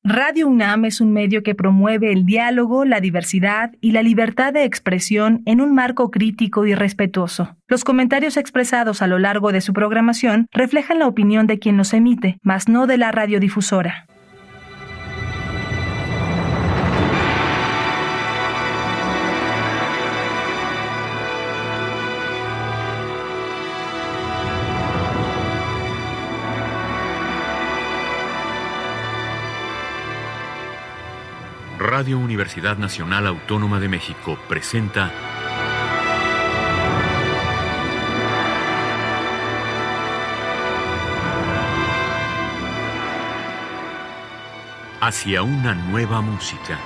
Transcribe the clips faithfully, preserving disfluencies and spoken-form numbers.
Radio UNAM es un medio que promueve el diálogo, la diversidad y la libertad de expresión en un marco crítico y respetuoso. Los comentarios expresados a lo largo de su programación reflejan la opinión de quien los emite, mas no de la radiodifusora. Radio Universidad Nacional Autónoma de México presenta Hacia una nueva música.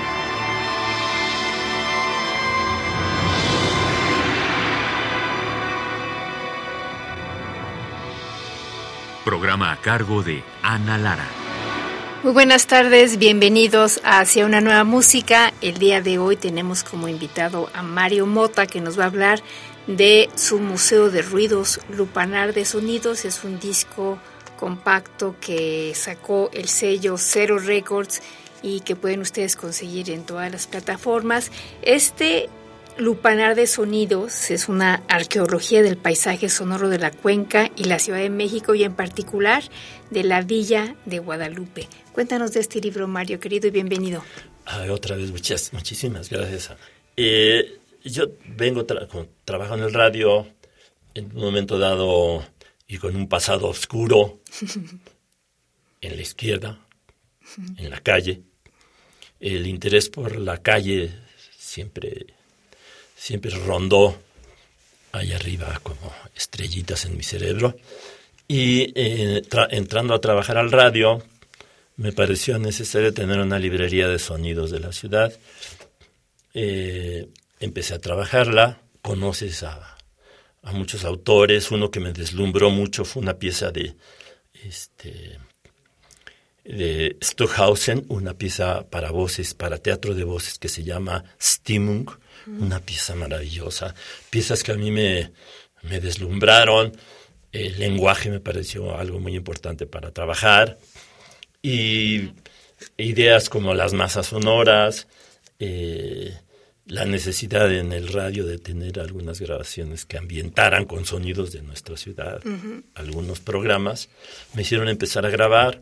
Programa a cargo de Ana Lara. Muy buenas tardes, bienvenidos a Hacia una nueva música. El día de hoy tenemos como invitado a Mario Mota, que nos va a hablar de su Museo de Ruidos, Lupanar de Sonidos. Es un disco compacto que sacó el sello Zero Records y que pueden ustedes conseguir en todas las plataformas. Este Lupanar de Sonidos es una arqueología del paisaje sonoro de la Cuenca y la Ciudad de México, y en particular de la Villa de Guadalupe. Cuéntanos de este libro, Mario, querido, y bienvenido. Ay, otra vez, muchas, muchísimas gracias. Eh, yo vengo, tra- con, trabajo en el radio, en un momento dado, y con un pasado oscuro, en la izquierda, en la calle. El interés por la calle siempre... siempre rondó ahí arriba como estrellitas en mi cerebro. Y eh, tra- entrando a trabajar al radio, me pareció necesario tener una librería de sonidos de la ciudad. Eh, empecé a trabajarla, conoces a, a muchos autores. Uno que me deslumbró mucho fue una pieza de, este, de Stockhausen, una pieza para voces, para teatro de voces que se llama Stimmung. Una pieza maravillosa, piezas que a mí me, me deslumbraron. El lenguaje me pareció algo muy importante para trabajar, y ideas como las masas sonoras, eh, la necesidad en el radio de tener algunas grabaciones que ambientaran con sonidos de nuestra ciudad. Uh-huh. Algunos programas me hicieron empezar a grabar,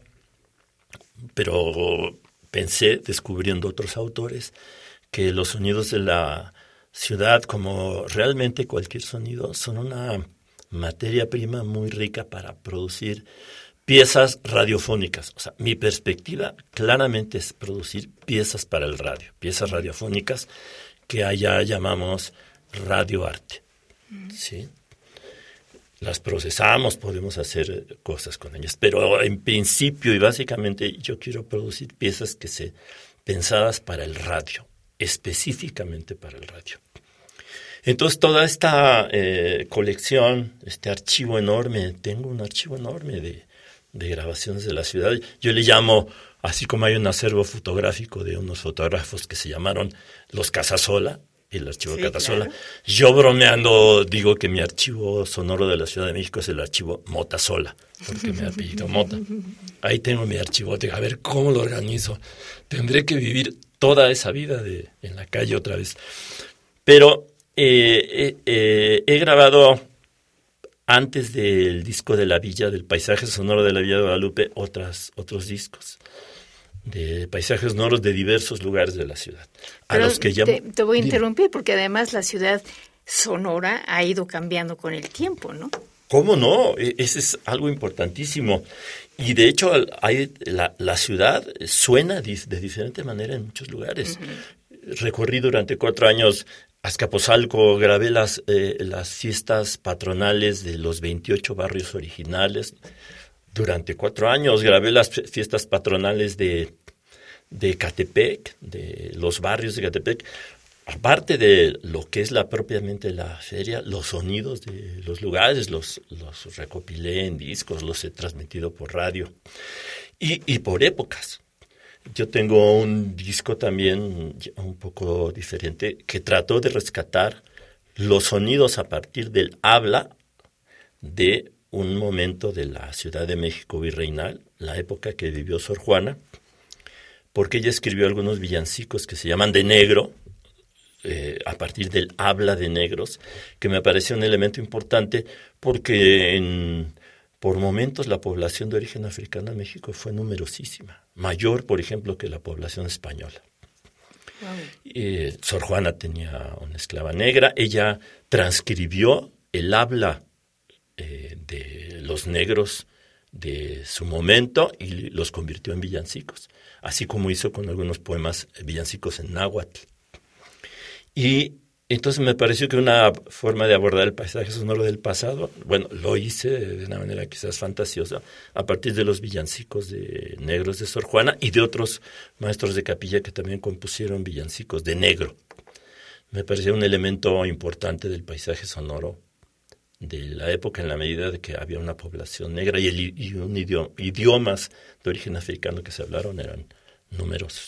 pero pensé, descubriendo otros autores, que los sonidos de la ciudad, como realmente cualquier sonido, son una materia prima muy rica para producir piezas radiofónicas. O sea, mi perspectiva claramente es producir piezas para el radio, piezas radiofónicas que allá llamamos radioarte. ¿Sí? Las procesamos, podemos hacer cosas con ellas, pero en principio y básicamente yo quiero producir piezas que se pensadas para el radio, específicamente para el radio. Entonces, toda esta eh, colección, este archivo enorme, tengo un archivo enorme de, de grabaciones de la ciudad. Yo le llamo, así como hay un acervo fotográfico de unos fotógrafos que se llamaron los Casasola, el archivo sí, Casasola. Claro. Yo bromeando digo que mi archivo sonoro de la Ciudad de México es el archivo Motasola, porque me apellido Mota. Ahí tengo mi archivote, a ver cómo lo organizo. Tendré que vivir toda esa vida de, en la calle otra vez. Pero eh, eh, he grabado, antes del disco de la Villa, del paisaje sonoro de la Villa de Guadalupe, otras, otros discos de paisajes sonoros de diversos lugares de la ciudad. A Pero los que llamo, te, te voy a interrumpir, porque además la ciudad sonora ha ido cambiando con el tiempo, ¿no? ¿Cómo no? Ese es algo importantísimo. Y de hecho, hay, la, la ciudad suena de diferente manera en muchos lugares. Uh-huh. Recorrí durante cuatro años Azcapotzalco, grabé las, eh, las fiestas patronales de los veintiocho barrios originales. Durante cuatro años grabé las fiestas patronales de, de Catepec, de los barrios de Catepec. Aparte de lo que es la propiamente la feria, los sonidos de los lugares los, los recopilé en discos, los he transmitido por radio y, y por épocas. Yo tengo un disco también un poco diferente que trató de rescatar los sonidos a partir del habla de un momento de la Ciudad de México virreinal, la época que vivió Sor Juana, porque ella escribió algunos villancicos que se llaman de negro, eh, a partir del habla de negros, que me pareció un elemento importante porque en, por momentos la población de origen africano en México fue numerosísima, mayor, por ejemplo, que la población española. Wow. Eh, Sor Juana tenía una esclava negra, ella transcribió el habla eh, de los negros de su momento y los convirtió en villancicos, así como hizo con algunos poemas villancicos en náhuatl. Y entonces me pareció que una forma de abordar el paisaje sonoro del pasado, bueno, lo hice de una manera quizás fantasiosa, a partir de los villancicos de negros de Sor Juana y de otros maestros de capilla que también compusieron villancicos de negro. Me parecía un elemento importante del paisaje sonoro de la época, en la medida de que había una población negra y, el, y un idioma, idiomas de origen africano que se hablaron eran numerosos.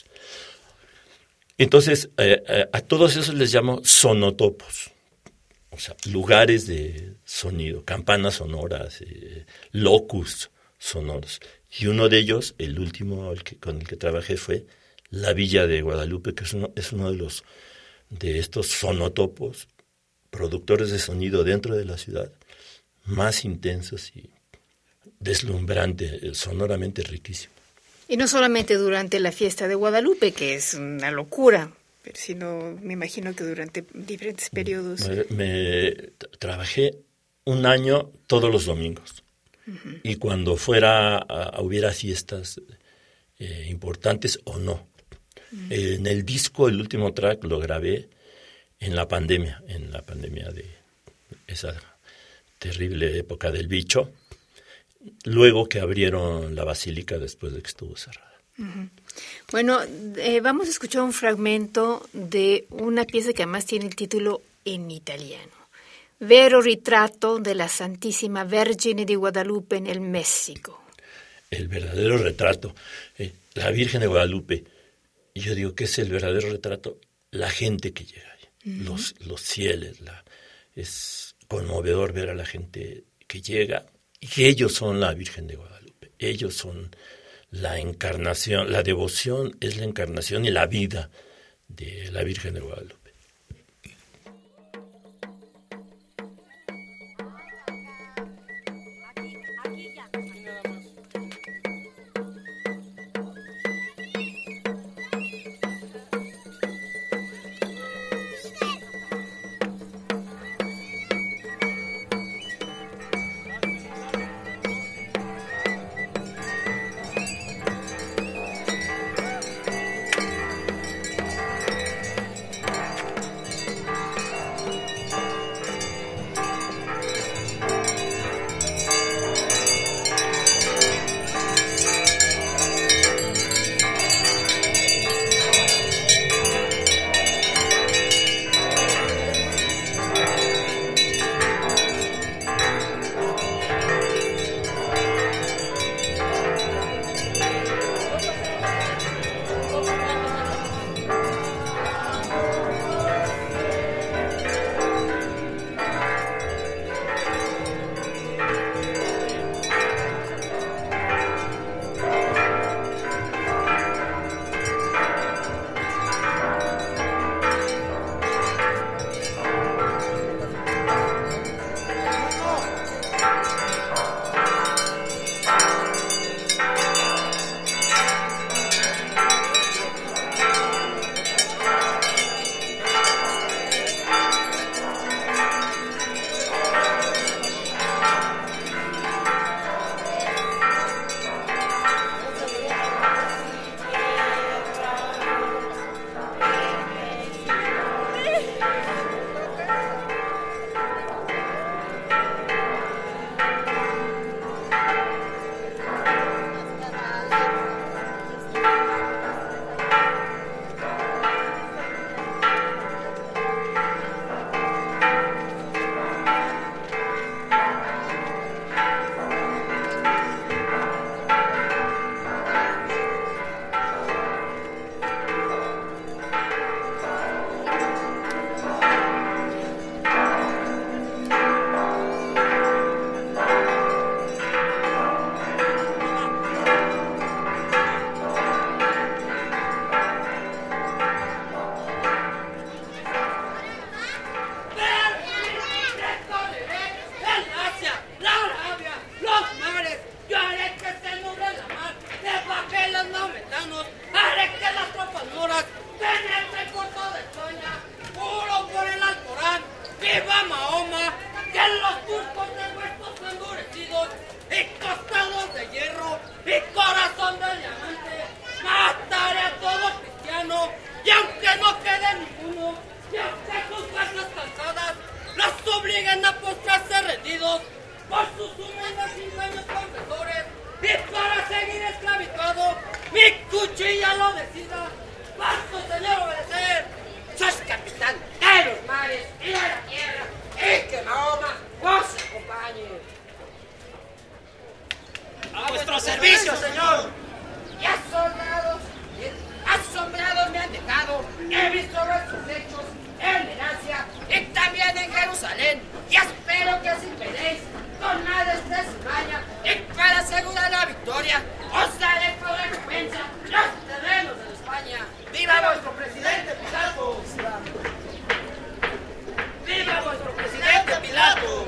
Entonces, eh, eh, a todos esos les llamo sonotopos, o sea, lugares de sonido, campanas sonoras, eh, locus sonoros. Y uno de ellos, el último el que, con el que trabajé, fue la Villa de Guadalupe, que es uno, es uno de los de estos sonotopos, productores de sonido dentro de la ciudad, más intensos y deslumbrante, sonoramente riquísimo. Y no solamente durante la fiesta de Guadalupe, que es una locura, pero sino me imagino que durante diferentes periodos. Me, me trabajé un año todos los domingos. Uh-huh. Y cuando fuera a, hubiera fiestas eh, importantes o no. Uh-huh. Eh, en el disco, el último track, lo grabé en la pandemia, en la pandemia de esa terrible época del bicho. Luego que abrieron la basílica después de que estuvo cerrada. Uh-huh. Bueno, eh, vamos a escuchar un fragmento de una pieza que además tiene el título en italiano. Vero ritratto della Santissima Vergine di Guadalupe en el México. El verdadero retrato, eh, la Virgen de Guadalupe. Y yo digo, ¿qué es el verdadero retrato? La gente que llega ahí, uh-huh. los, los fieles. La, es conmovedor ver a la gente que llega. Y ellos son la Virgen de Guadalupe, ellos son la encarnación, la devoción es la encarnación y la vida de la Virgen de Guadalupe. Castilla lo decida, bajo señor obedecer. Sos capitán de los mares y de la tierra, y que Mahoma os acompañe. A vuestro servicio, señor. Ya soldados bien asombrados me han dejado. He visto vuestros hechos en Herencia y también en Jerusalén. Y espero que así veréis con más destreza y maña, y para asegurar la victoria os daré por recompensa los terrenos de España. ¡Viva vuestro presidente Pilatos! ¡Viva vuestro presidente Pilatos!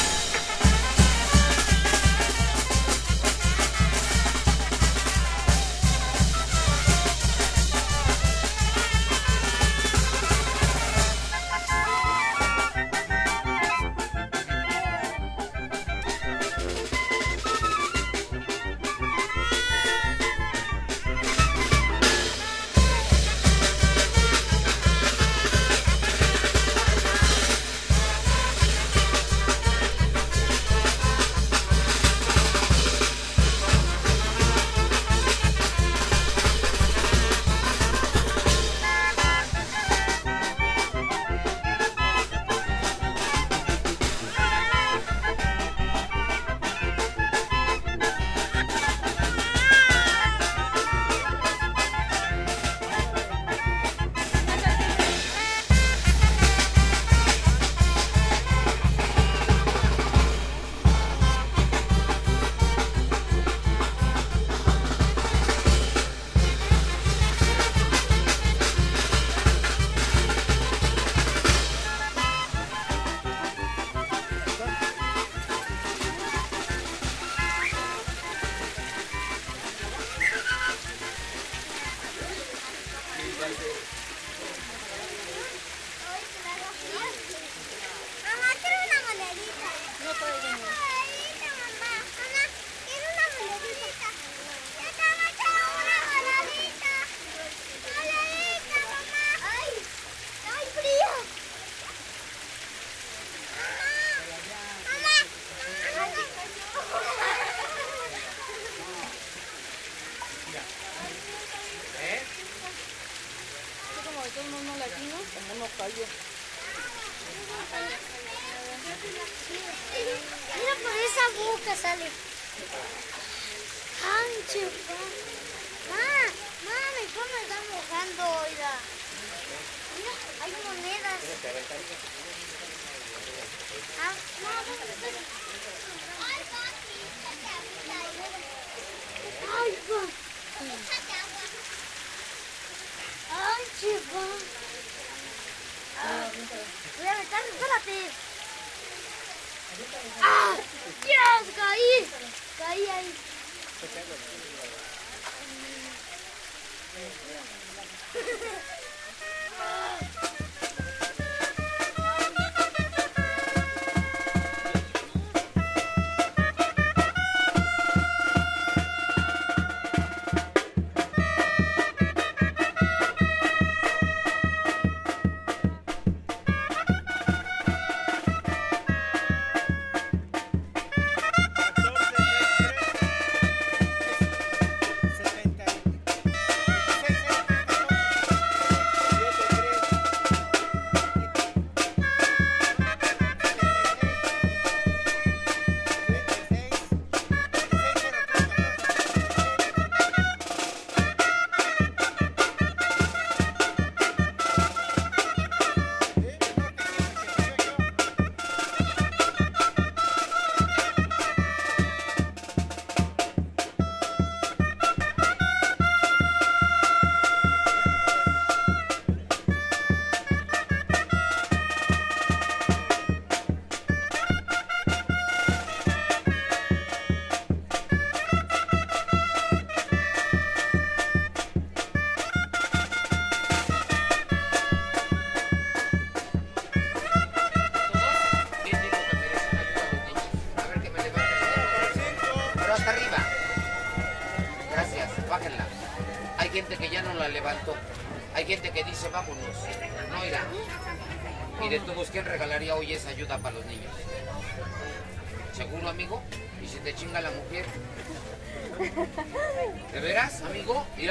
Mira por esa boca sale. Ancho, ah, mami, ¿cómo me está mojando, oiga? Mira, hay monedas. Ah, no, no, ay, va. Ay, chiva. Voy a meter, espérate. ¡Ah! ¡Dios! ¡Caí! Caí ahí. Hay gente que dice vámonos, no irá. Mire, tú busques regalaría hoy esa ayuda para los niños. ¿Seguro, amigo? ¿Y si te chinga la mujer? ¿De veras, amigo? Mira,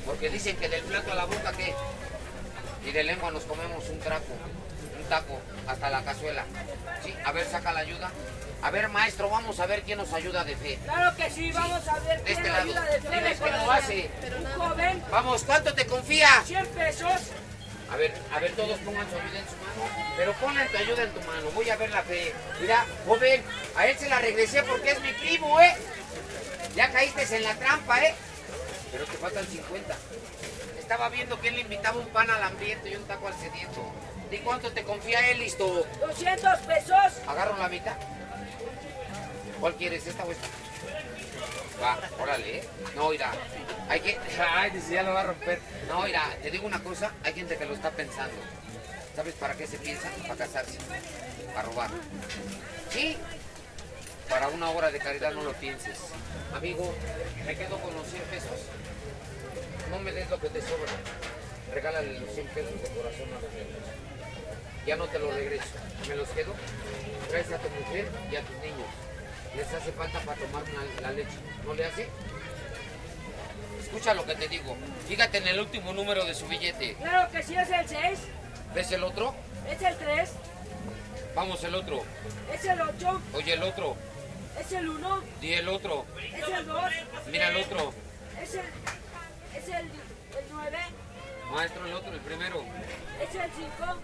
Porque dicen que del plato a la boca, ¿qué? Y de lengua nos comemos un traco, un taco, hasta la cazuela. Sí, a ver, saca la ayuda. A ver, maestro, vamos a ver quién nos ayuda de fe. Claro que sí, vamos a ver De quién este lado. ayuda de fe. Dime quién lo hace. Un joven, Vamos, ¿cuánto te confía? cien pesos. A ver, a ver, todos pongan su ayuda en su mano. Pero pongan tu ayuda en tu mano. Voy a ver la fe. Mira, joven, a él se la regresé porque es mi primo, ¿eh? Ya caíste en la trampa, ¿eh? Pero te faltan cincuenta. Estaba viendo que él le invitaba un pan al hambriento y un taco al sediento. ¿De cuánto te confía él, listo? doscientos pesos. Agarro la mitad. ¿Cuál quieres, esta o esta? Va, órale, ¿eh? No, mira, hay que... Ay, dice, ya lo va a romper. No, mira, te digo una cosa, hay gente que lo está pensando. ¿Sabes para qué se piensa? Para casarse, para robar. ¿Sí? Para una obra de caridad no lo pienses. Amigo, me quedo con los cien pesos. No me des lo que te sobra. Regálale los cien pesos de corazón a los niños. Ya no te los regreso. Me los quedo. Traes a tu mujer y a tus niños. Les hace falta para tomar una, la leche. ¿No le hace? Escucha lo que te digo. Fíjate en el último número de su billete. Claro que sí, es el seis. ¿Ves el otro? Es el tres. Vamos, el otro. Es el ocho. Oye, el otro. Es el uno. Di el otro. Es el dos. Mira el otro. Es el... Es el... El nueve. Maestro, el otro, el primero. Es el cinco.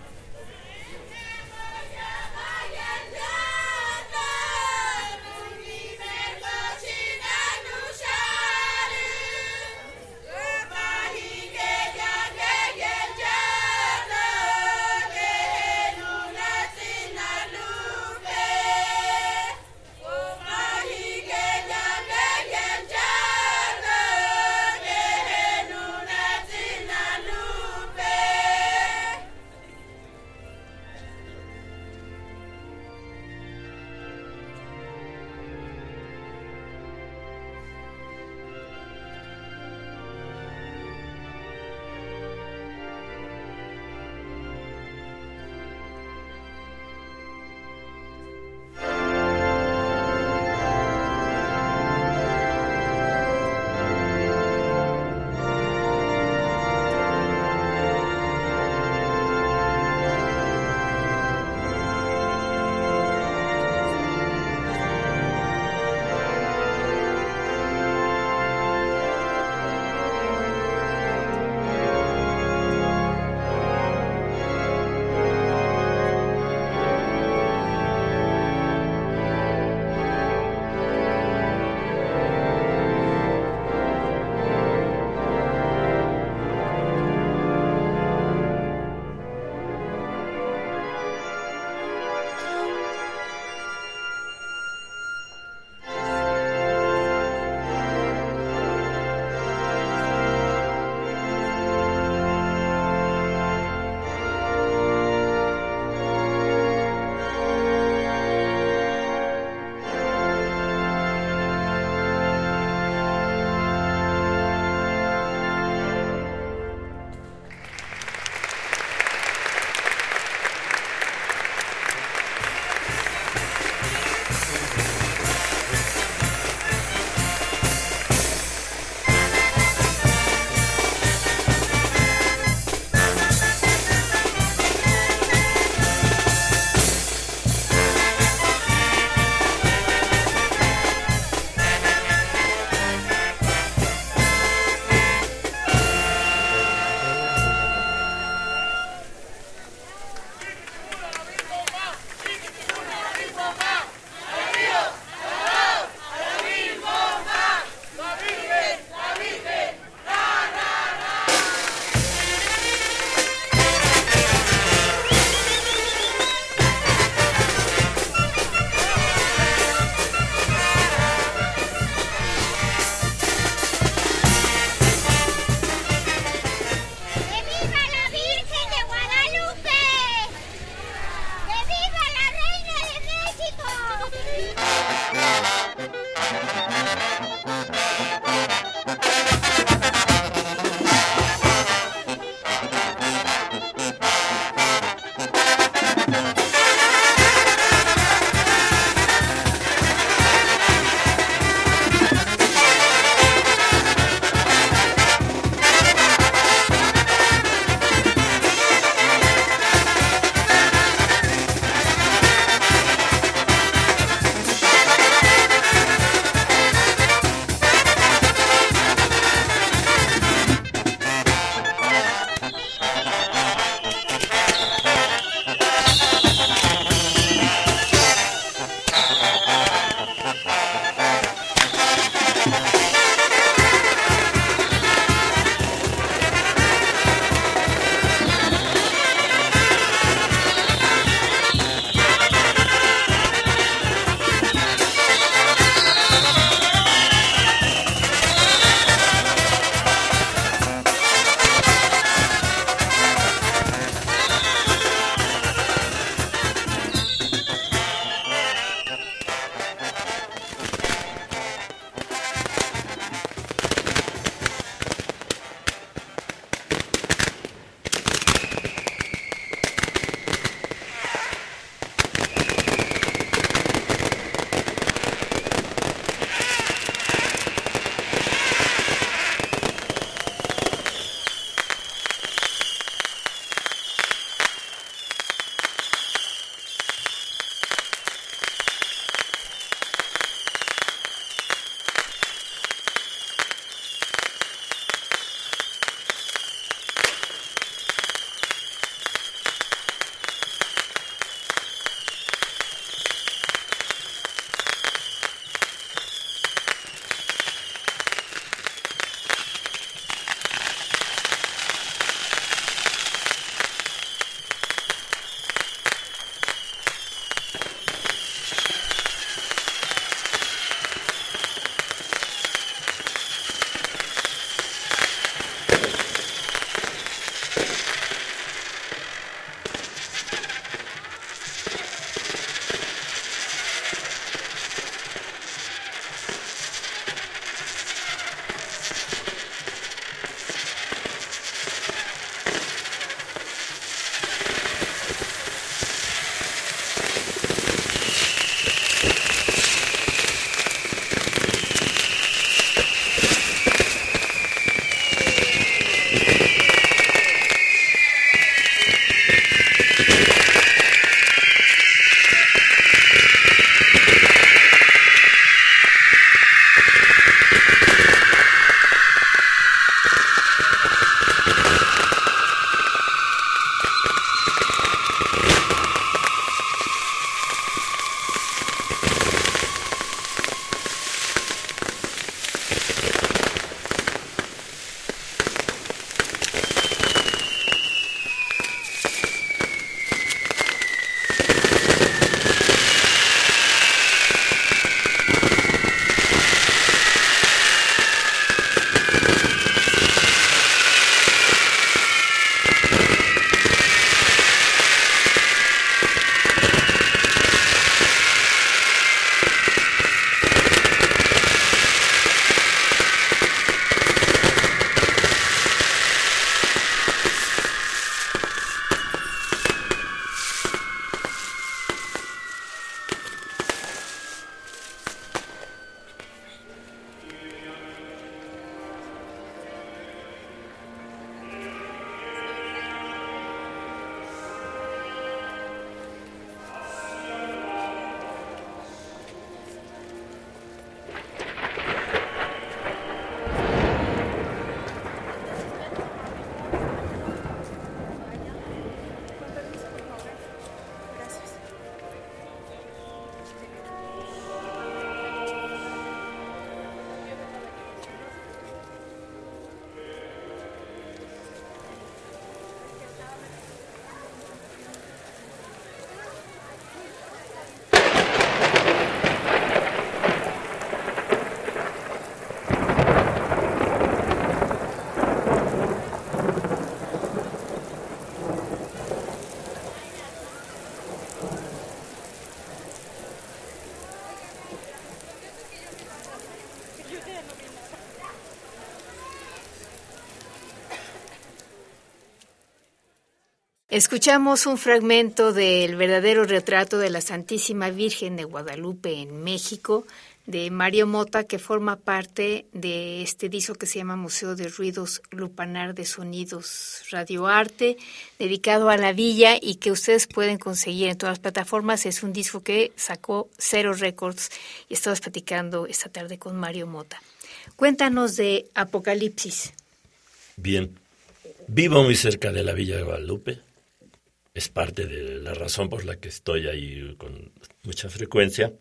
Escuchamos un fragmento del verdadero retrato de la Santísima Virgen de Guadalupe en México, de Mario Mota, que forma parte de este disco que se llama Museo de Ruidos Lupanar de Sonidos Radioarte, dedicado a la villa y que ustedes pueden conseguir en todas las plataformas. Es un disco que sacó Cero Records y estamos platicando esta tarde con Mario Mota. Cuéntanos de Apocalipsis. Bien, vivo muy cerca de la Villa de Guadalupe. Es parte de la razón por la que estoy ahí con mucha frecuencia.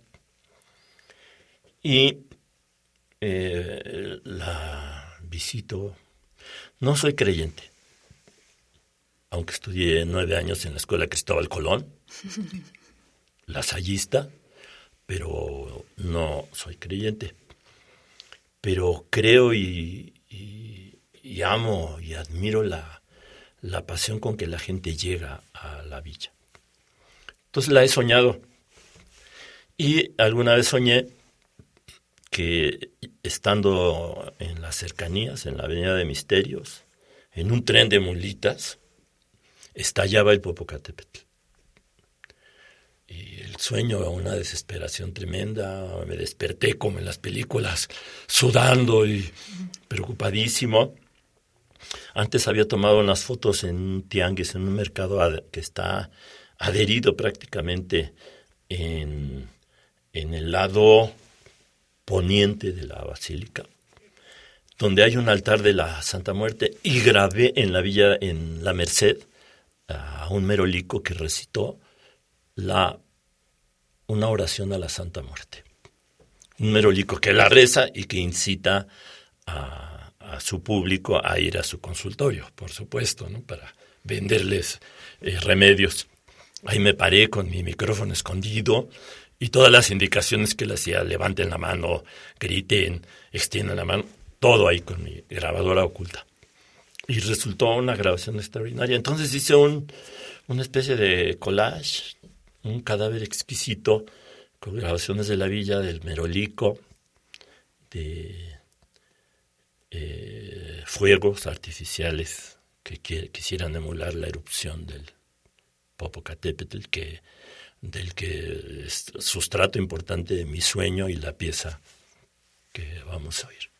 Y eh, la visito. No soy creyente, aunque estudié nueve años en la Escuela Cristóbal Colón, lasallista, pero no soy creyente. Pero creo y, y, y amo y admiro la, la pasión con que la gente llega a la villa. Entonces la he soñado. Y alguna vez soñé que estando en las cercanías, en la Avenida de Misterios, en un tren de mulitas, estallaba el Popocatépetl. Y el sueño, una desesperación tremenda, me desperté como en las películas, sudando y preocupadísimo. Antes había tomado unas fotos en un tianguis, en un mercado ad- que está adherido prácticamente en, en el lado poniente de la basílica, donde hay un altar de la Santa Muerte, y grabé en la villa, en la Merced, a un merolico que recitó la, una oración a la Santa Muerte. Un merolico que la reza y que incita a, a su público a ir a su consultorio, por supuesto, ¿no? Para venderles eh, remedios. Ahí me paré con mi micrófono escondido y todas las indicaciones que le hacía, levanten la mano, griten, extiendan la mano, todo ahí con mi grabadora oculta. Y resultó una grabación extraordinaria. Entonces hice un, una especie de collage, un cadáver exquisito, con grabaciones de la villa, del merolico, de eh, fuegos artificiales que, que quisieran emular la erupción del Popocatépetl, que del que es sustrato importante de mi sueño y la pieza que vamos a oír.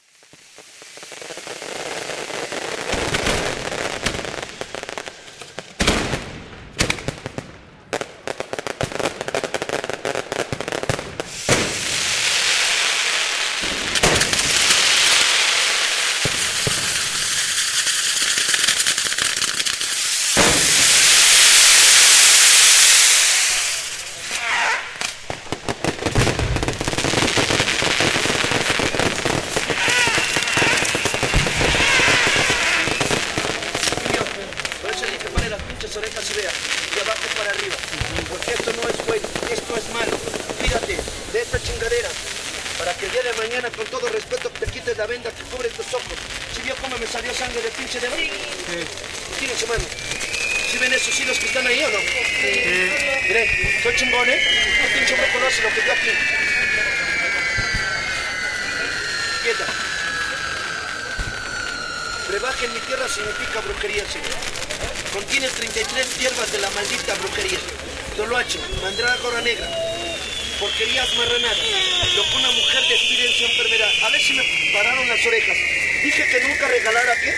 Brebaje en mi tierra significa brujería, señor. Contiene treinta y tres hierbas de la maldita brujería. Toloache, mandrágora negra, porquerías marranadas, lo que una mujer despide en su enfermedad. A ver si me pararon las orejas. Dije que nunca regalara, ¿qué?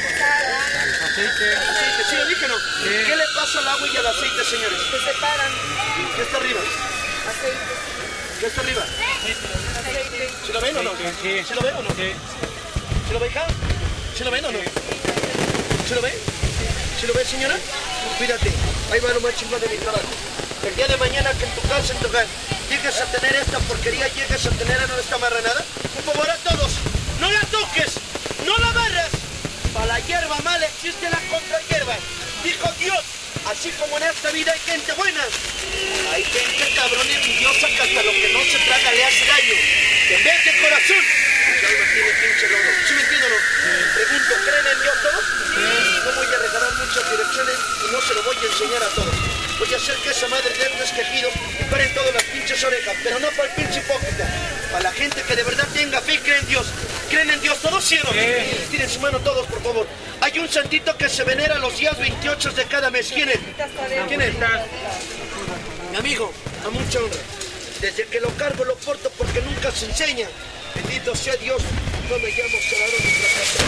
Aceite. Aceite, ¿sí lo dije, no? Sí. ¿Qué le pasa al agua y al aceite, señores? Se separan. ¿Qué está arriba? Aceite. ¿Qué está arriba? Aceite. ¿Se lo ven o no? Sí. ¿Se lo ven o no? Sí. ¿Se lo ve, hija? ¿Se lo ven o no? ¿Se lo ve? ¿Se lo ve, señora? Cuídate, ahí va lo más chingón de mi trabajo. El día de mañana que en tu casa, en tu hogar, llegues a tener esta porquería, llegues a tener en esta marranada, por favor a todos, no la toques, no la barras. Para la hierba mala existe la contrahierba. Dijo Dios, así como en esta vida hay gente buena, hay gente cabrón y envidiosa que hasta lo que no se traga le hace daño. En vez de corazón, pues alma tiene pinche lodo. ¿Sí me entiendo o no? Pregunto, ¿creen en Dios todos? No voy a regalar muchas direcciones y no se lo voy a enseñar a todos. Voy a hacer que esa madre de Dios quejido y paren todas las pinches orejas, pero no para el pinche hipócrita. Para la gente que de verdad tenga fe y cree en Dios. ¿Creen en Dios todos, sí o no? Tiren su mano todos, por favor. Hay hay un santito que se venera los días veintiocho de cada mes. ¿Quién es? ¿Quién es? Mi amigo, a mucha honra. Desde que lo cargo lo porto porque nunca se enseña. Bendito sea Dios, no me llamo Salvador de Fracasado.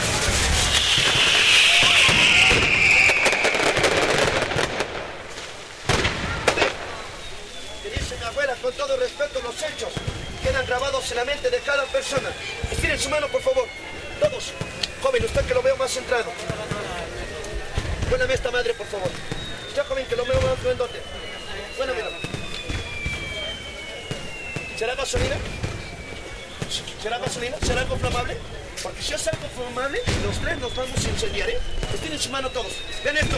Que dice mi abuela, con todo respeto, los hechos quedan grabados en la mente de cada persona. Estiren su mano, por favor. Todos. Joven, usted que lo veo más centrado. Buéname esta madre, por favor. Usted, joven, que lo veo más grandote. Buéname la mano. ¿Será gasolina? ¿Será gasolina? ¿Será algo flamable? Porque si es algo flamable, los tres nos vamos a incendiar, ¿eh? Estiren su mano todos. Vean esto.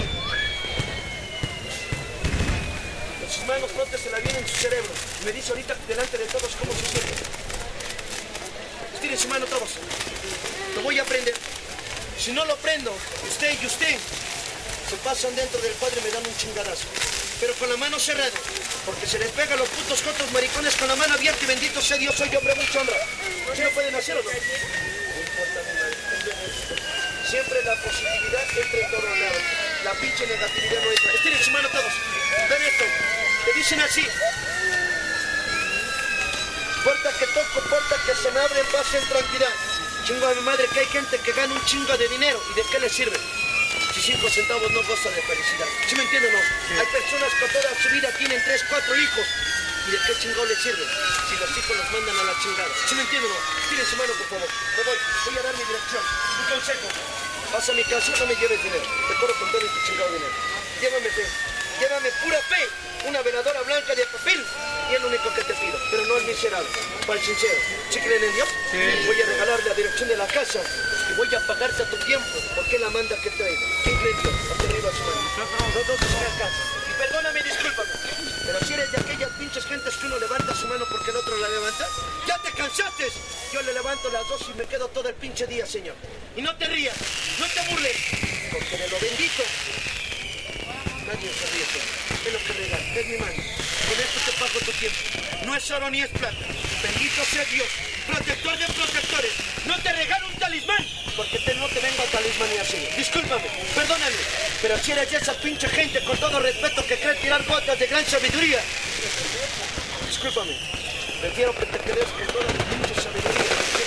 Con sus manos frótesela bien en su cerebro. Me dice ahorita delante de todos cómo se siente. Estiren su mano todos. Lo voy a prender. Si no lo prendo, usted y usted se pasan dentro del Padre y me dan un chingadazo. Pero con la mano cerrada, porque se les pega a los putos cotos maricones con la mano abierta y bendito sea Dios, soy hombre, mucha honra. ¿Sí lo pueden hacer o no? No importa, mi madre. Siempre la positividad entra en todos lados. La pinche negatividad no entra. Estiren su mano todos. Ven esto. Te dicen así. Puerta que toco, puerta que se me abre en paz, en tranquilidad. Chingo a mi madre que hay gente que gana un chingo de dinero. ¿Y de qué le sirve? Si cinco centavos no goza de felicidad. ¿Sí me entienden o no? Sí. Hay personas que toda su vida tienen tres, cuatro hijos. ¿Y de qué chingado les sirve? Si los hijos los mandan a la chingada. ¿Sí me entienden o no? Tiren su mano, por favor. Me voy. Voy a dar mi dirección. Un consejo. Vas a mi casa y no me lleves dinero. Te corro con todo tu chingado dinero. Llévame fe. Llévame pura fe. Una veladora blanca de papel. Y es lo único que te pido. Pero no el miserable. Para el sincero. ¿Sí creen en Dios? Sí. Voy a regalar la dirección de la casa. Y voy a pagarte a tu tiempo. Porque la manda que traigo. ¿Quién cree en Dios? Hasta arriba su mano. Los dos se alcanzan. Y perdóname, discúlpame. Pero si eres de aquellas pinches gentes que uno levanta su mano porque el otro la levanta. ¡Ya te cansaste! Yo le levanto las dos y me quedo todo el pinche día, señor. Y no te rías. No te burles. Porque de lo bendito nadie se ríe. Es lo que regalo. Es mi mano. Con esto te pago tu tiempo. No es oro ni es plata. Bendito sea Dios. Protector de protectores. No te regalo un talismán. Porque te, no te vengo a talismán y así. Discúlpame. Perdóname. Pero si eres de esa pinche gente con todo respeto que cree tirar gotas de gran sabiduría. Discúlpame. Prefiero que te quedes con toda tu pinche sabiduría.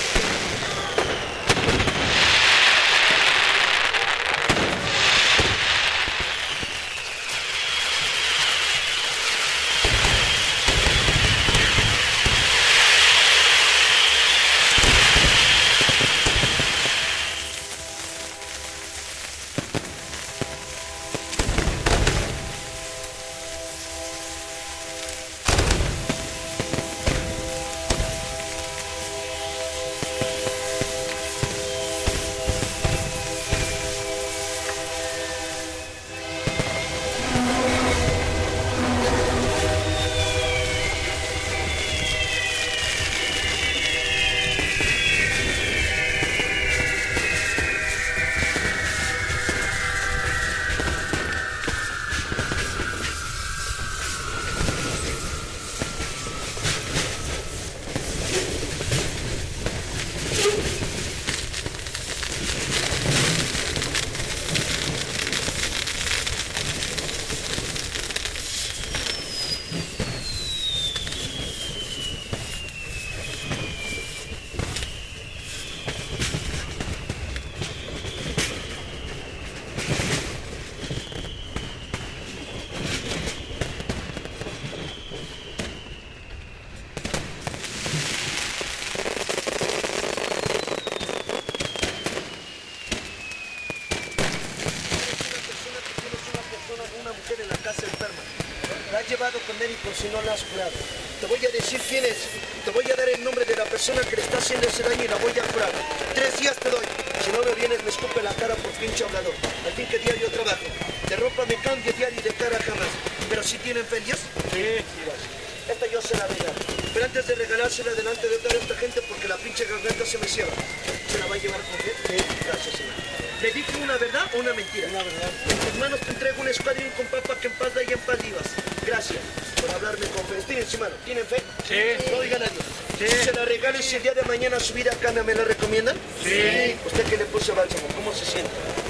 Si no la has curado. Te voy a decir quién es. Te voy a dar el nombre de la persona que le está haciendo ese daño y la voy a curar. Tres días te doy. Si no me vienes, me escupe la cara por pinche hablador. Al fin que diario trabajo. De ropa me cambio diario y de cara jamás. Pero si tienen fe en Dios. Sí. Esta yo se la regalo. Pero antes de regalársela delante de toda esta gente, porque la pinche garganta se me cierra. ¿Se la va a llevar con fe? Sí. Gracias, señor. ¿Le dije una verdad o una mentira? Una verdad. En tus manos te entrego un escuadrón con papa que en paz da y en paz vivas. Gracias por hablarme con fe. Tienen su mano. ¿Tienen fe? Sí. No digan adiós. Sí. Si se la regalo y si el día de mañana su vida cambia, ¿me la recomiendan? Sí. ¿Usted que le puso bálsamo? ¿Cómo se siente?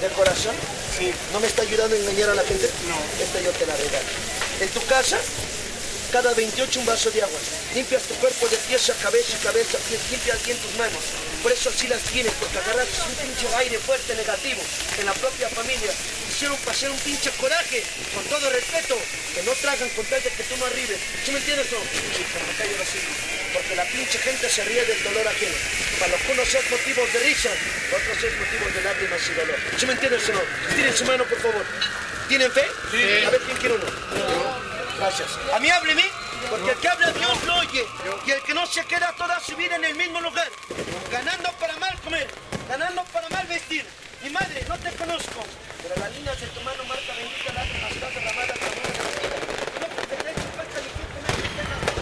¿De corazón? Sí. ¿No me está ayudando a engañar a la gente? No. Esta yo te la regalo. En tu casa, cada veintiocho un vaso de agua. Limpias tu cuerpo de pies a cabeza, cabeza, pies, limpias bien tus manos. Por eso así las tienes, porque agarraste un pinche aire fuerte negativo en la propia familia. Hicieron pasar un pinche coraje, con todo respeto, que no tragan con tal de que tú no arribes. ¿Sí me entiendes o no? Sí, pero me callo así. Porque la pinche gente se ríe del dolor ajeno. Para los unos es motivos de risa, otros es motivos de lágrimas y dolor. ¿Sí me entiendes o no? Tienen su mano, por favor. ¿Tienen fe? Sí. A ver, ¿quién quiere uno? No. Gracias. A mí hábleme, porque el que habla Dios lo oye. Y el que no se queda toda su vida en el mismo lugar, ganando para mal comer, ganando para mal vestir. Mi madre, no te conozco, pero las líneas de tu mano marca bendita lágrimas, estás derramadas por una de la vida. No te derecho, falta ni que comer ni que nada.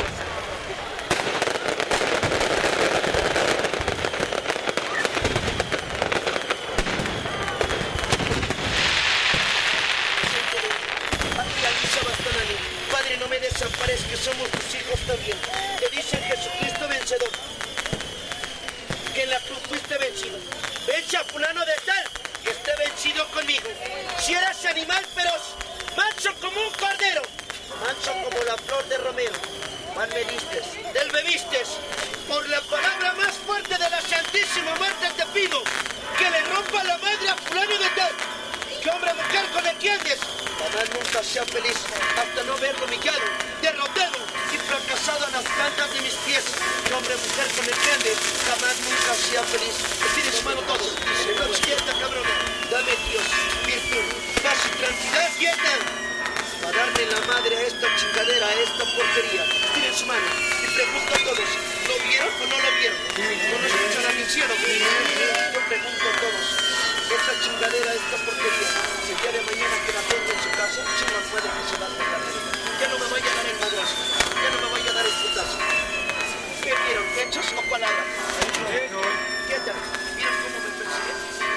Padre, no me desampares, que somos tus hijos también. Te dicen Jesucristo vencedor, que en la cruz fuiste vencido. Vence a fulano de tal, que esté vencido conmigo. Si eras animal feroz, manso como un cordero, manso como la flor de romero, mal me distes, del bebistes. Por la palabra más fuerte de la Santísima Muerte te pido que le rompa la madre a fulano de tal. Que hombre, mujer, con el que andes, jamás nunca sea feliz hasta no verlo humillado, derrotado y fracasado a las plantas de mis pies. Que hombre, mujer, con el que andes, jamás nunca sea feliz. Tienes su mano todo. No quieta, cabrón. Dame, Dios, virtud, paz y tranquilidad quieta para darle la madre a esta chingadera, a esta porquería. Tienen su mano y pregunto a todos, ¿lo vieron o no lo vieron? No lo escuchan al cielo. Yo pregunto a todos, esta chingadera, esta porquería, si el día de mañana que la tengo en su casa, chinga puede que se va a pegar. Ya no me vaya a dar el madrazo, ya no me vaya a dar el putazo. ¿Qué vieron? ¿Hechos o palabras? ¿Qué tal? ¿Vieron cómo me persigue?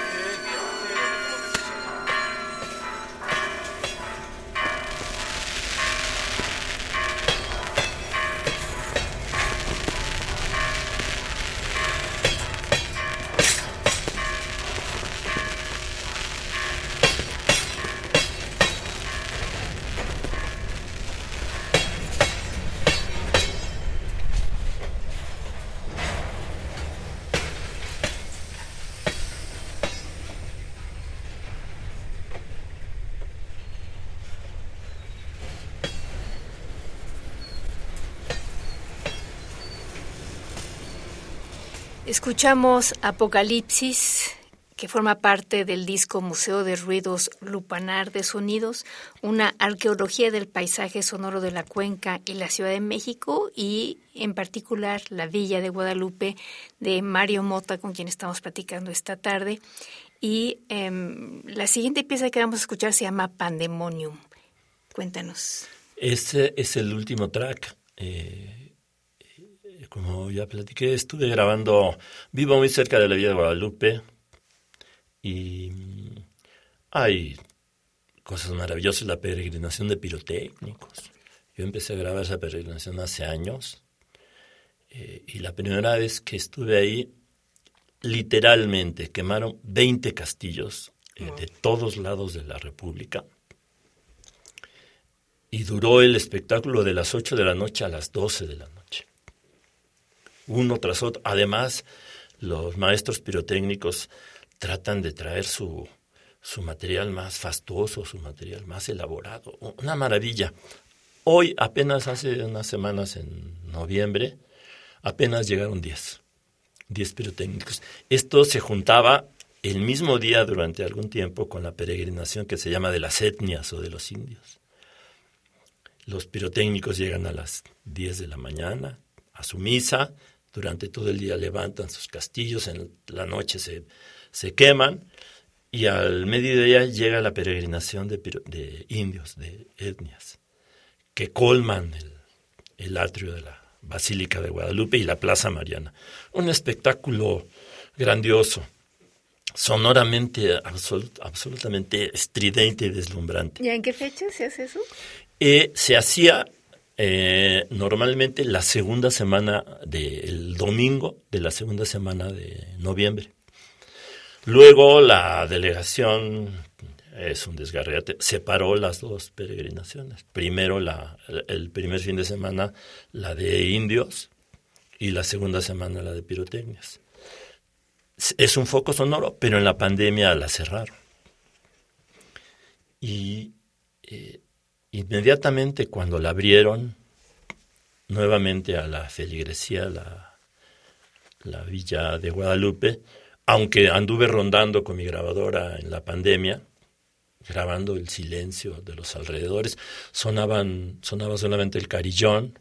Escuchamos Apocalipsis, que forma parte del disco Museo de Ruidos Lupanar de Sonidos, una arqueología del paisaje sonoro de la Cuenca y la Ciudad de México, y en particular la Villa de Guadalupe, de Mario Mota, con quien estamos platicando esta tarde. Y eh, la siguiente pieza que vamos a escuchar se llama Pandemonium. Cuéntanos. Este es el último track. Eh... Como ya platiqué, estuve grabando, vivo muy cerca de la Villa de Guadalupe y hay cosas maravillosas, la peregrinación de pirotécnicos. Yo empecé a grabar esa peregrinación hace años eh, y la primera vez que estuve ahí, literalmente quemaron veinte castillos eh, de todos lados de la República. Y duró el espectáculo de las ocho de la noche a las doce de la noche. Uno tras otro. Además, los maestros pirotécnicos tratan de traer su, su material más fastuoso, su material más elaborado. Una maravilla. Hoy, apenas hace unas semanas, en noviembre, apenas llegaron diez. diez pirotécnicos. Esto se juntaba el mismo día durante algún tiempo con la peregrinación que se llama de las etnias o de los indios. Los pirotécnicos llegan a las diez de la mañana a su misa. Durante todo el día levantan sus castillos, en la noche se, se queman y al mediodía llega la peregrinación de, de indios, de etnias, que colman el, el atrio de la Basílica de Guadalupe y la Plaza Mariana. Un espectáculo grandioso, sonoramente absolut, absolutamente estridente y deslumbrante. ¿Y en qué fecha se hace eso? Eh, se hacía... Eh, normalmente la segunda semana del domingo de la segunda semana de noviembre. Luego la delegación, es un desgarriate, separó las dos peregrinaciones. Primero, la, el primer fin de semana, la de indios, y la segunda semana la de pirotecnias. Es un foco sonoro, pero en la pandemia la cerraron. Y eh, inmediatamente cuando la abrieron, nuevamente a la feligresía, la, la villa de Guadalupe, aunque anduve rondando con mi grabadora en la pandemia, grabando el silencio de los alrededores, sonaban, sonaba solamente el carillón,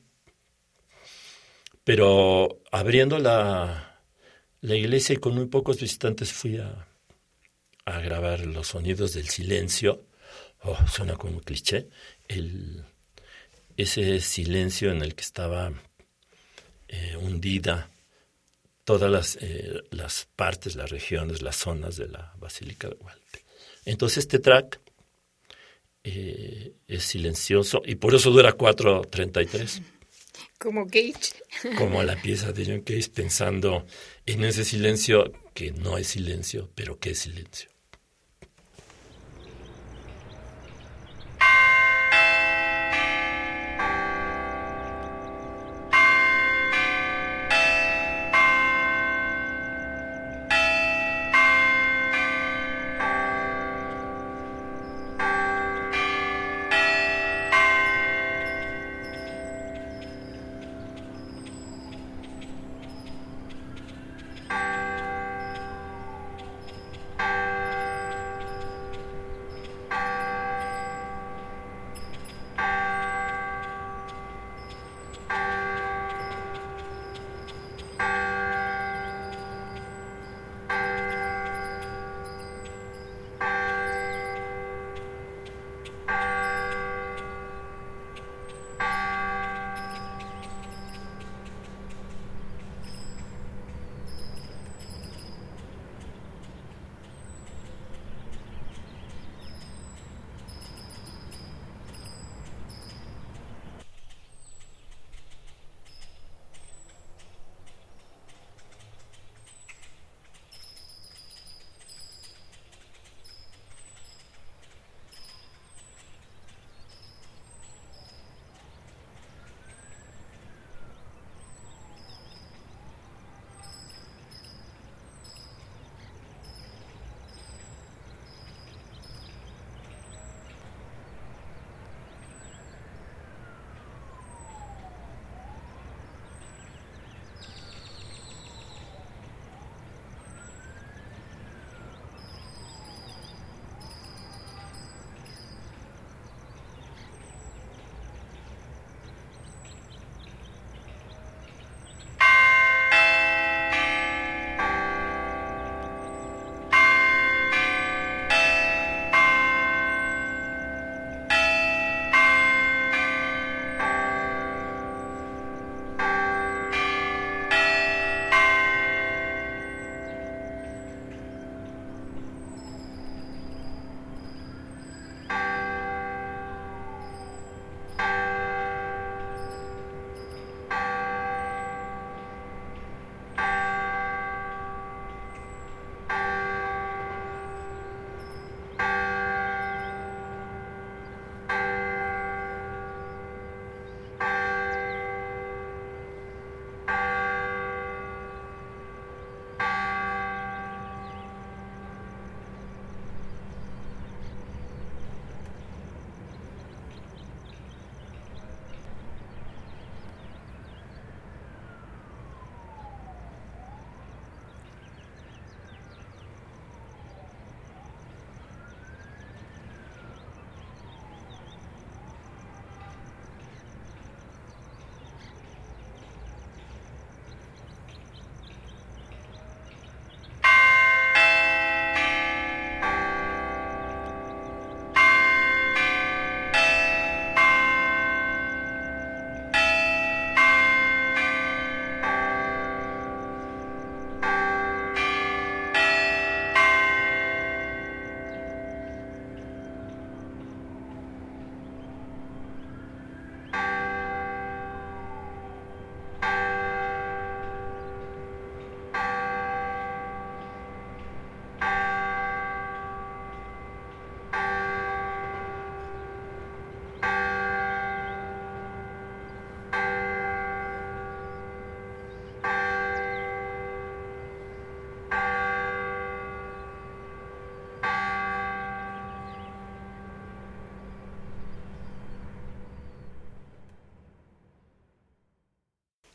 pero abriendo la, la iglesia y con muy pocos visitantes fui a, a grabar los sonidos del silencio. Oh, suena como un cliché. El, ese silencio en el que estaba eh, hundida todas las, eh, las partes, las regiones, las zonas de la Basílica de Guadalupe. Entonces este track eh, es silencioso y por eso dura cuatro treinta y tres. Como Cage. Como la pieza de John Cage, pensando en ese silencio que no es silencio, pero que es silencio.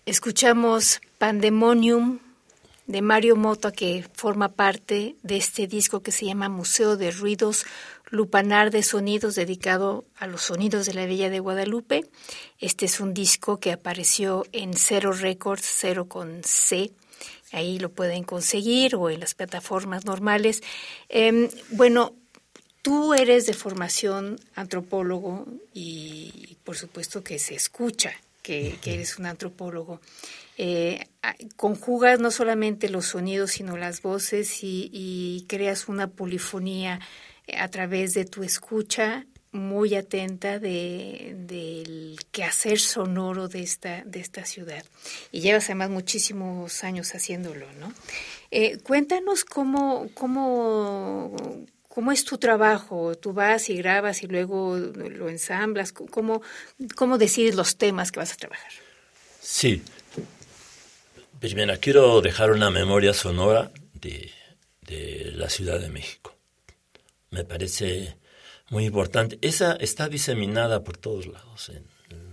Escuchamos Pandemonium de Mario Mota, que forma parte de este disco que se llama Museo de Ruidos, Lupanar de Sonidos, dedicado a los sonidos de la Villa de Guadalupe. Este es un disco que apareció en Cero Records, Cero con C. Ahí lo pueden conseguir o en las plataformas normales. Eh, bueno, tú eres de formación antropólogo y por supuesto que se escucha que, que eres un antropólogo. Eh, conjugas no solamente los sonidos sino las voces y, y creas una polifonía a través de tu escucha muy atenta de, del quehacer sonoro de esta, de esta ciudad. Y llevas además muchísimos años haciéndolo, ¿no? Eh, cuéntanos cómo, cómo, cómo es tu trabajo. Tú vas y grabas y luego lo ensamblas. ¿Cómo, cómo decides los temas que vas a trabajar? Sí. Primero, quiero dejar una memoria sonora de, de la Ciudad de México. Me parece muy importante. Esa está diseminada por todos lados, en,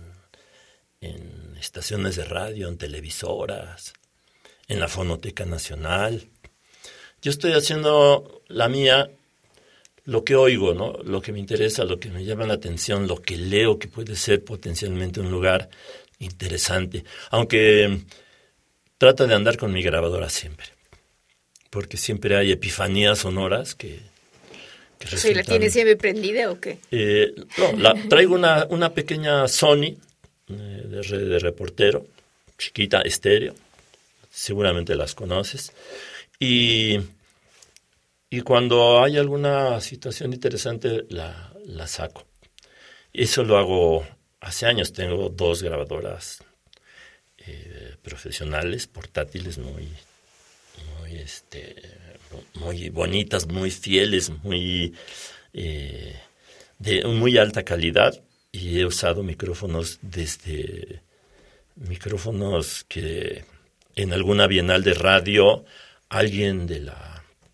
en estaciones de radio, en televisoras, en la Fonoteca Nacional. Yo estoy haciendo la mía, lo que oigo, ¿no? Lo que me interesa, lo que me llama la atención, lo que leo que puede ser potencialmente un lugar interesante. Aunque trato de andar con mi grabadora siempre, porque siempre hay epifanías sonoras que... que ¿Sí, la tienes siempre prendida o qué? Eh, no, la, traigo una, una pequeña Sony eh, de, de reportero, chiquita, estéreo, seguramente las conoces, y, y cuando hay alguna situación interesante la, la saco. Eso lo hago hace años, tengo dos grabadoras eh, profesionales, portátiles, muy, muy, este, muy bonitas, muy fieles, muy, eh, de muy alta calidad, y he usado micrófonos desde micrófonos que en alguna bienal de radio alguien de la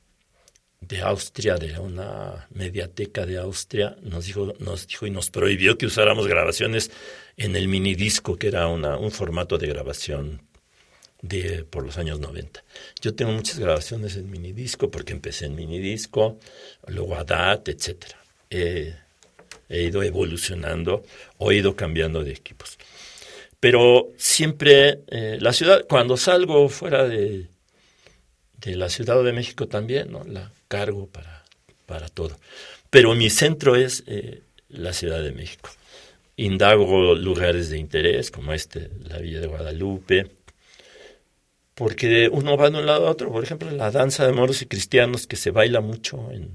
de Austria, de una mediateca de Austria, nos dijo, nos dijo y nos prohibió que usáramos grabaciones en el minidisco, que era una, un formato de grabación de por los años noventa. Yo tengo muchas grabaciones en minidisco porque empecé en minidisco, luego A D A T, etcétera. He, he ido evolucionando o he ido cambiando de equipos. Pero siempre eh, la ciudad, cuando salgo fuera de, de la Ciudad de México también, ¿no? La cargo para, para todo. Pero mi centro es eh, la Ciudad de México. Indago lugares de interés como este, la Villa de Guadalupe, porque uno va de un lado a otro. Por ejemplo, la danza de moros y cristianos, que se baila mucho en,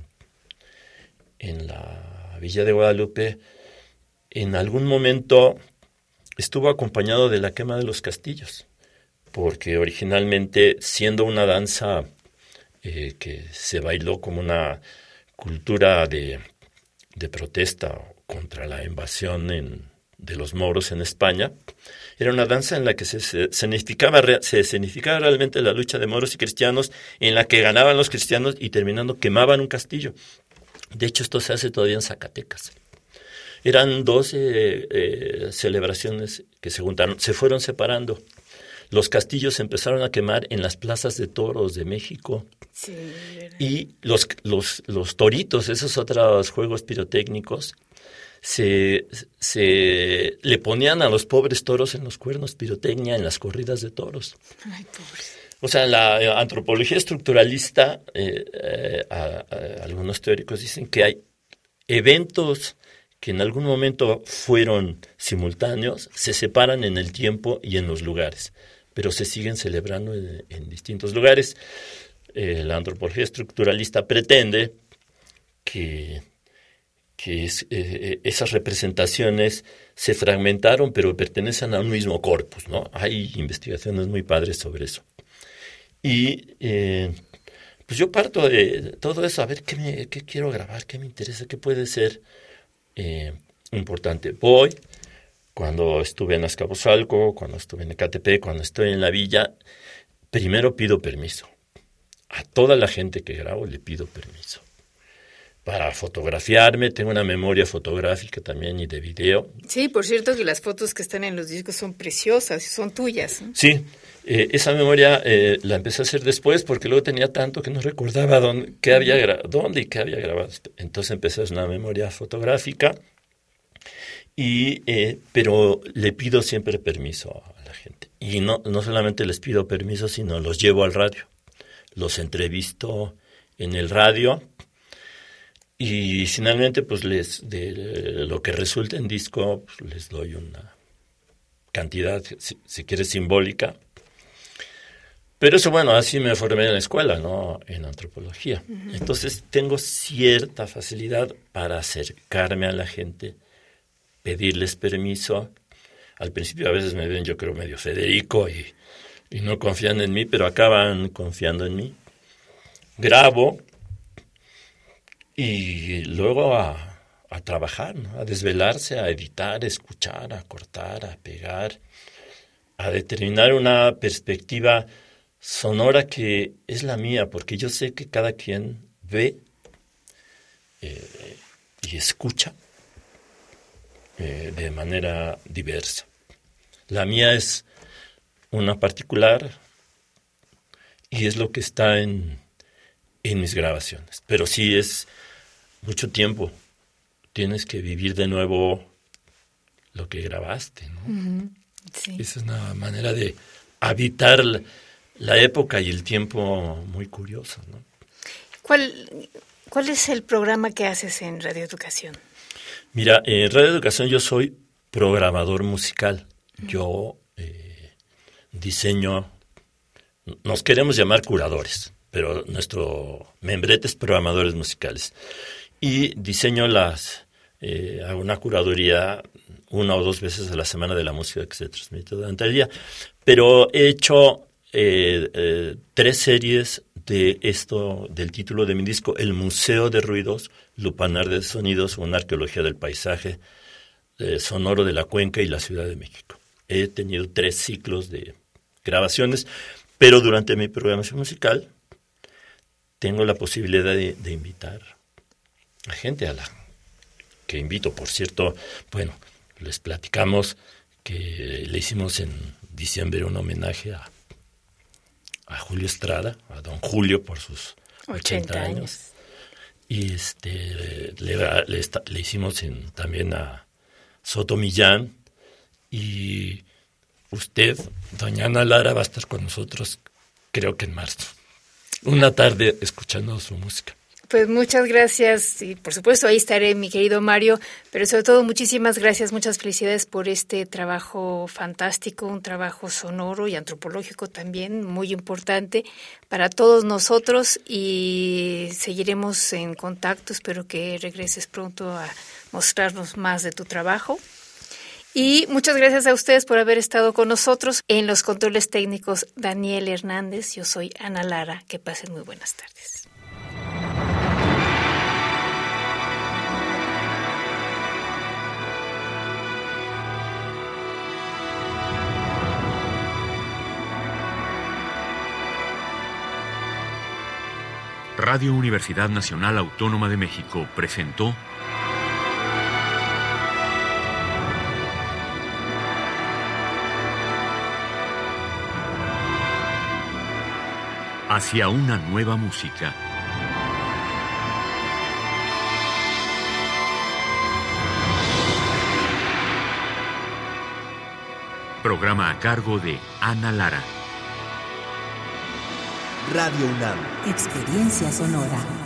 en la Villa de Guadalupe, en algún momento estuvo acompañado de la quema de los castillos, porque originalmente, siendo una danza eh, que se bailó como una cultura de, de protesta contra la invasión en, de los moros en España, era una danza en la que se, se, significaba, se significaba realmente la lucha de moros y cristianos, en la que ganaban los cristianos y terminando quemaban un castillo. De hecho, esto se hace todavía en Zacatecas. Eran doce eh, celebraciones que se juntaron, se fueron separando. Los castillos se empezaron a quemar en las plazas de toros de México. Sí, y los, los, los toritos, esos otros juegos pirotécnicos, se, se le ponían a los pobres toros en los cuernos pirotecnia en las corridas de toros. Ay, pobres. O sea, la antropología estructuralista, eh, eh, a, a, algunos teóricos dicen que hay eventos que en algún momento fueron simultáneos, se separan en el tiempo y en los lugares, pero se siguen celebrando en, en distintos lugares. Eh, la antropología estructuralista pretende que, que es, eh, esas representaciones se fragmentaron, pero pertenecen a un mismo corpus, ¿no? Hay investigaciones muy padres sobre eso. Y eh, pues yo parto de todo eso, a ver qué, me, qué quiero grabar, qué me interesa, qué puede ser Eh, importante. Voy, cuando estuve en Azcapotzalco, cuando estuve en Ecatepec, cuando estoy en la villa, primero pido permiso. A toda la gente que grabo le pido permiso. para fotografiarme, tengo una memoria fotográfica también y de video. Sí, por cierto que las fotos que están en los discos son preciosas, son tuyas, ¿no? Sí, eh, esa memoria eh, la empecé a hacer después porque luego tenía tanto que no recordaba dónde, qué había gra- dónde y qué había grabado. Entonces empecé a hacer una memoria fotográfica, y eh, pero le pido siempre permiso a la gente. Y no, no solamente les pido permiso, sino los llevo al radio. Los entrevisto en el radio. Y finalmente, pues les de lo que resulta en disco, pues, les doy una cantidad, si, si quieres, simbólica. Pero eso, bueno, así me formé en la escuela, ¿no? En antropología. Uh-huh. Entonces tengo cierta facilidad para acercarme a la gente, pedirles permiso. Al principio a veces me ven, yo creo, medio Federico y, y no confían en mí, pero acaban confiando en mí. Grabo. Y luego a, a trabajar, ¿no? A desvelarse, a editar, a escuchar, a cortar, a pegar, a determinar una perspectiva sonora que es la mía, porque yo sé que cada quien ve eh, y escucha eh, de manera diversa. La mía es una particular y es lo que está en, en mis grabaciones, pero sí es mucho tiempo. Tienes que vivir de nuevo lo que grabaste, ¿no? Uh-huh. Sí. Esa es una manera de habitar la, la época y el tiempo muy curioso, ¿no? ¿Cuál, ¿Cuál es el programa que haces en Radio Educación? Mira, en Radio Educación yo soy programador musical. Uh-huh. Yo eh, diseño, nos queremos llamar curadores, pero nuestro membrete es programadores musicales. Y diseño las, eh, hago una curaduría una o dos veces a la semana de la música que se transmite durante el día. Pero he hecho eh, eh, tres series de esto, del título de mi disco, El Museo de Ruidos, Lupanar de Sonidos, una arqueología del paisaje eh, sonoro de la Cuenca y la Ciudad de México. He tenido tres ciclos de grabaciones, pero durante mi programación musical tengo la posibilidad de, de invitar a gente, a la que invito, por cierto. Bueno, les platicamos que le hicimos en diciembre un homenaje a, a Julio Estrada, a don Julio por sus ochenta años. Y este le, le, le hicimos en, también a Soto Millán, y usted, doña Ana Lara, va a estar con nosotros, creo que en marzo. Una tarde escuchando su música. Pues muchas gracias, y por supuesto ahí estaré, mi querido Mario, pero sobre todo muchísimas gracias, muchas felicidades por este trabajo fantástico, un trabajo sonoro y antropológico también muy importante para todos nosotros, y seguiremos en contacto. Espero que regreses pronto a mostrarnos más de tu trabajo. Y muchas gracias a ustedes por haber estado con nosotros. En los controles técnicos, Daniel Hernández, yo soy Ana Lara. Que pasen muy buenas tardes. Radio Universidad Nacional Autónoma de México presentó Hacia una nueva música. Programa a cargo de Ana Lara. Radio UNAM. Experiencia sonora.